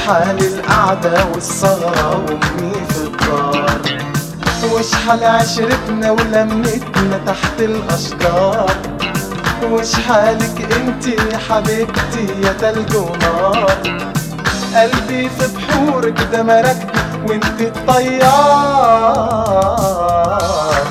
حال القعدة والسهرة وامي في الدار، وش حال عشرتنا ولمتنا تحت الاشجار، وش حالك انتي يا حبيبتي يا تلج ونار، قلبي في بحورك ده مراكبي وانتي الطيار.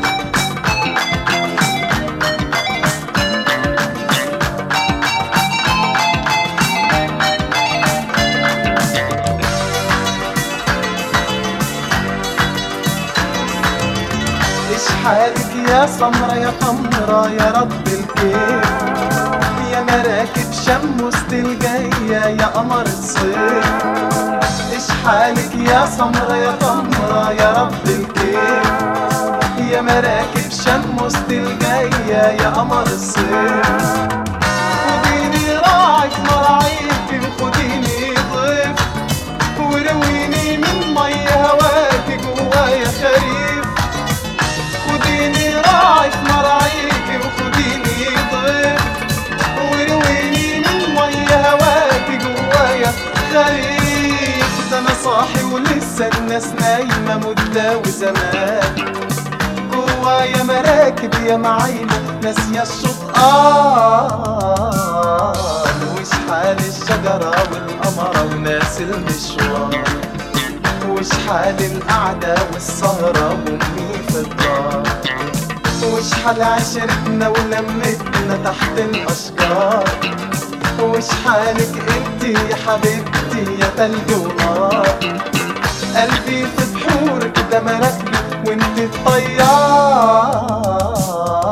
ايش حالك يا سمرة يا قمرة يا رب الكيف، يا مراكب شم وسط الجاية يا قمر الصيف. ايش حالك يا سمرة يا قمرة يا رب الكيف، يا مراكب شم وسط الجاية يا قمر الصيف. خديني راعي في مراعيكي وخديني ضيف، ورويني من مي هواكي جوايا خريف. خديني راعي في مراعيكي وخديني ضيف، ورويني من مي هواكي جوايا خريف. ده انا صاحي ولسه الناس نايمة مدة وزمان، جوايا مراكب يا معاينة ناسية الشطآن. وش حال الشجرة والقمرة وناس المشوار، وش حال القعدة والسهرة وامي في الدار، وش حال عشرتنا ولمتنا تحت الاشجار، وش حالك انتي يا حبيبتي يا تلج ونار، قلبي في بحورك ده مراكبي وانتي الطيار.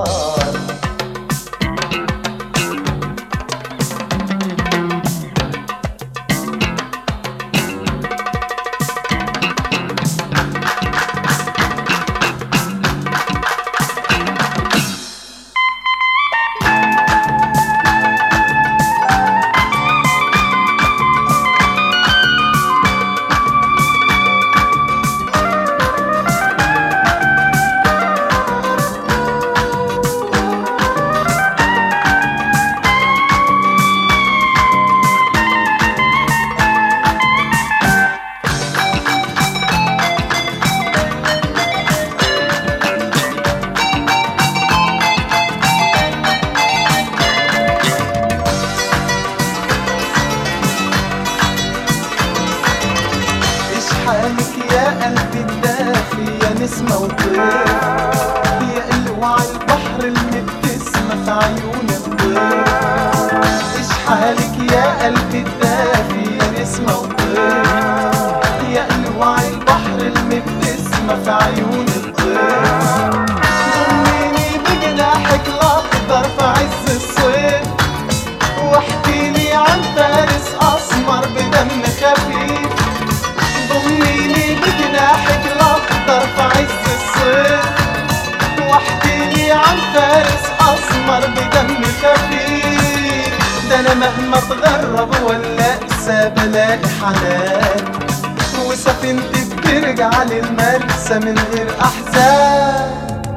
حالك يا قلبي الدافي يا نسمة وطير، يا قلوع البحر المبتسمة في عيون الطير. ايش حالك يا قلبي الدافي يا نسمة وطير، يا قلوع البحر المبتسمة في عيون الطير. ضميني بجناحك الاخضر في عز الصيف، واحكيلي عن فارس اسمر بدم خفيف. ضميني بجناحك الاخضر في عز الصيف، واحكيلي عن فارس اسمر بدم خفيف. ده انا مهما اتغرب ولا اقسى بلاقي حنان، وسفينتي بترجع للمرسى من غير احزان.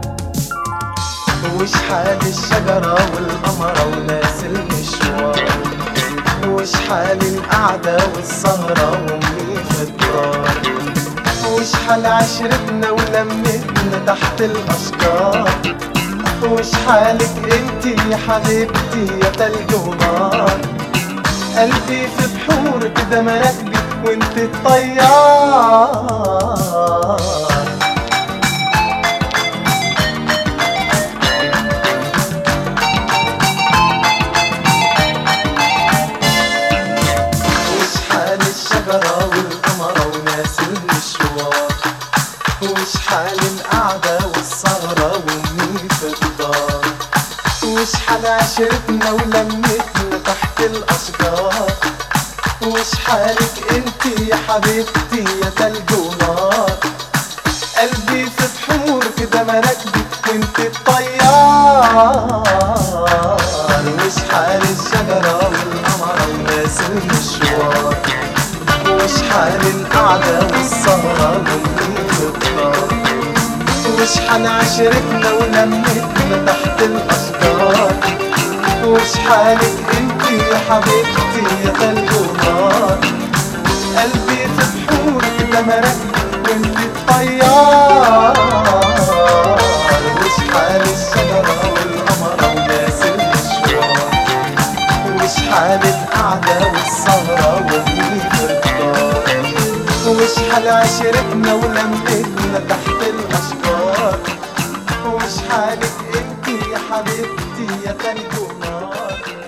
وش حال الشجرة والقمرة وناس المشوار، وش حال القعدة والسهرة وامي في الدار، وش حال عشرتنا ولمتنا تحت الاشجار، وش حالك انتي يا حبيبتي يا تلج ونار، قلبي في بحورك ده مراكبي وانتي الطيار. وش حال القعدة والسهرة وامي في الدار، وش حال عشرتنا ولمتنا تحت الاشجار، وش حالك انتي يا حبيبتي يا تلج ونار، قلبي في بحورك ده مراكبي وانتي الطيار. وش حال الشجرة والقمرة وناس المشوار، وش حال القعدة والسهرة وامي في الدار، وش حال عشرتنا ولمتنا تحت الاشجار، وش حالك انتي يا حبيبتي يا تلج ونار، بحورك ده مرق وانت الطيار. وش حال الشجرة والقمرة وناس المشوار، وش حال القعدة والسهرة ومين الفطار، وش حال عشرتنا ولمتنا تحت الأشجار، وش حالك انتي يا حبيبتي يا تلج ونار.